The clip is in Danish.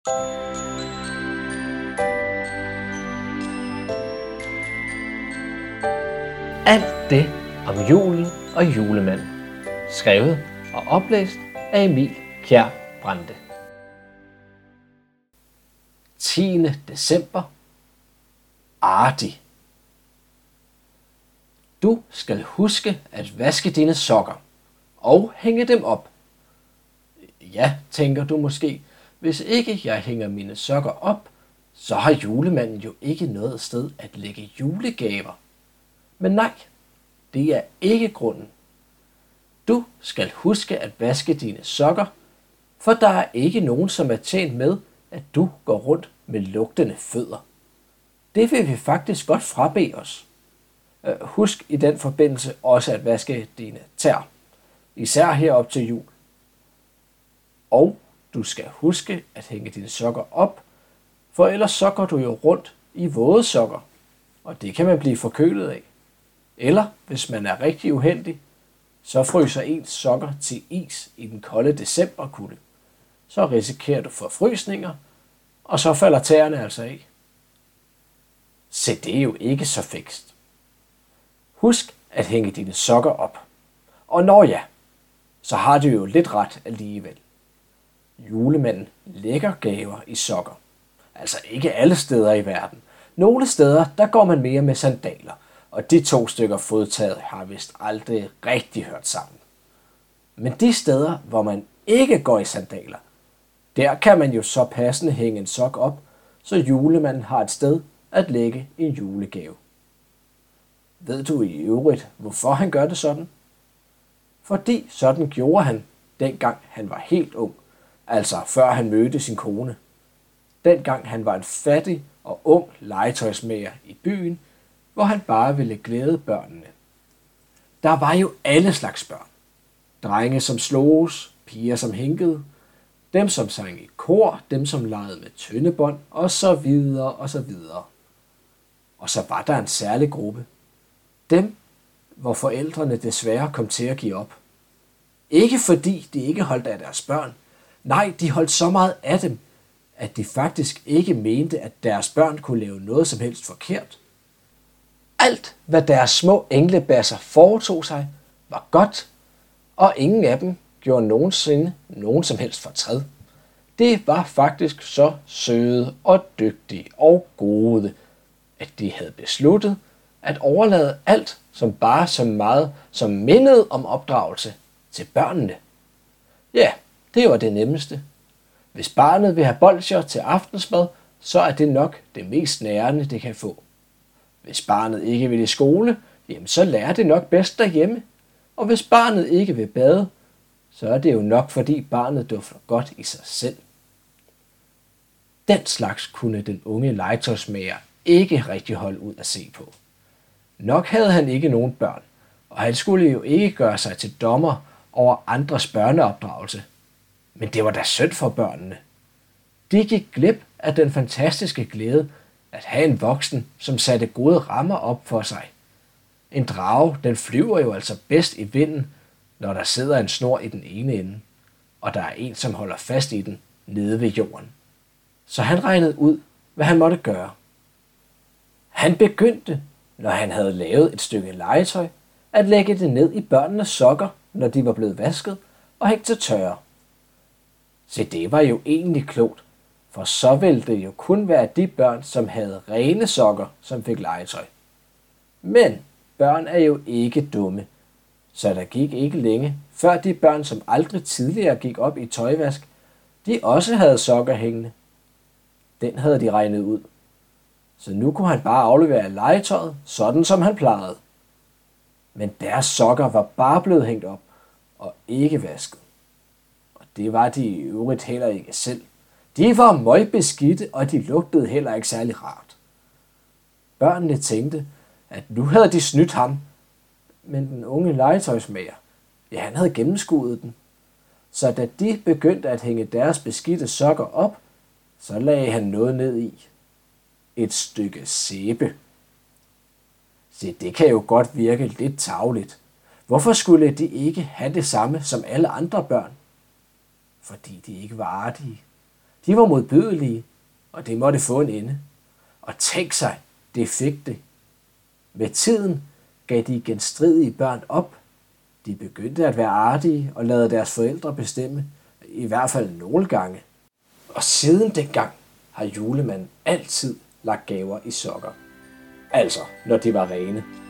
Alt det om julen og julemanden. Skrevet og oplæst af Emil Kjær Brande. 10. december. Arti. Du skal huske at vaske dine sokker og hænge dem op. Ja, tænker du måske, hvis ikke jeg hænger mine sokker op, så har julemanden jo ikke noget sted at lægge julegaver. Men nej, det er ikke grunden. Du skal huske at vaske dine sokker, for der er ikke nogen, som er tjent med, at du går rundt med lugtende fødder. Det vil vi faktisk godt frabe os. Husk i den forbindelse også at vaske dine tæer, især herop til jul. Og du skal huske at hænge dine sokker op, for ellers så går du jo rundt i våde sokker, og det kan man blive forkølet af. Eller, hvis man er rigtig uheldig, så fryser ens sokker til is i den kolde decemberkulde. Så risikerer du forfrysninger, og så falder tæerne altså af. Se, det er jo ikke så fikst. Husk at hænge dine sokker op. Og når ja, så har du jo lidt ret alligevel. Julemanden lægger gaver i sokker. Altså ikke alle steder i verden. Nogle steder, der går man mere med sandaler, og de 2 stykker fodtag har vist aldrig rigtig hørt sammen. Men de steder, hvor man ikke går i sandaler, der kan man jo så passende hænge en sok op, så julemanden har et sted at lægge en julegave. Ved du i øvrigt, hvorfor han gør det sådan? Fordi sådan gjorde han, dengang han var helt ung, altså før han mødte sin kone. Dengang han var en fattig og ung legetøjsmager i byen, hvor han bare ville glæde børnene. Der var jo alle slags børn. Drenge som sloges, piger som hinkede, dem som sang i kor, dem som legede med tyndebånd, og så videre og så videre. Og så var der en særlig gruppe. Dem, hvor forældrene desværre kom til at give op. Ikke fordi de ikke holdt af deres børn. Nej, de holdt så meget af dem, at de faktisk ikke mente, at deres børn kunne lave noget som helst forkert. Alt, hvad deres små englebasser foretog sig, var godt, og ingen af dem gjorde nogensinde nogen som helst fortræd. Det var faktisk så søde og dygtige og gode, at de havde besluttet at overlade alt, som bare så meget som mindede om opdragelse, til børnene. Ja, det var det nemmeste. Hvis barnet vil have bolsjer til aftensmad, så er det nok det mest nærende, det kan få. Hvis barnet ikke vil i skole, jamen så lærer det nok bedst derhjemme. Og hvis barnet ikke vil bade, så er det jo nok fordi barnet dufter godt i sig selv. Den slags kunne den unge legetøjsmager ikke rigtig holde ud at se på. Nok havde han ikke nogen børn, og han skulle jo ikke gøre sig til dommer over andres børneopdragelse. Men det var da synd for børnene. De gik glip af den fantastiske glæde at have en voksen, som satte gode rammer op for sig. En drage, den flyver jo altså bedst i vinden, når der sidder en snor i den ene ende, og der er en, som holder fast i den nede ved jorden. Så han regnede ud, hvad han måtte gøre. Han begyndte, når han havde lavet et stykke legetøj, at lægge det ned i børnenes sokker, når de var blevet vasket og hængt til tørre. Så det var jo egentlig klogt, for så ville det jo kun være de børn, som havde rene sokker, som fik legetøj. Men børn er jo ikke dumme, så der gik ikke længe, før de børn, som aldrig tidligere gik op i tøjvask, de også havde sokker hængende. Den havde de regnet ud. Så nu kunne han bare aflevere legetøjet, sådan som han plejede. Men deres sokker var bare blevet hængt op og ikke vasket. Og det var de i øvrigt heller ikke selv. De var møgbeskidte, og de lugtede heller ikke særlig rart. Børnene tænkte, at nu havde de snydt ham, men den unge legetøjsmager, ja, han havde gennemskuet den. Så da de begyndte at hænge deres beskidte sokker op, så lagde han noget ned i. Et stykke sæbe. Se, det kan jo godt virke lidt tarveligt. Hvorfor skulle de ikke have det samme som alle andre børn? Fordi de ikke var artige. De var modbydelige, og det måtte få en ende. Og tænk sig, det fik det. Med tiden gav de genstridige børn op. De begyndte at være artige og lade deres forældre bestemme, i hvert fald nogle gange. Og siden dengang har julemanden altid lagt gaver i sokker. Altså, når det var rene.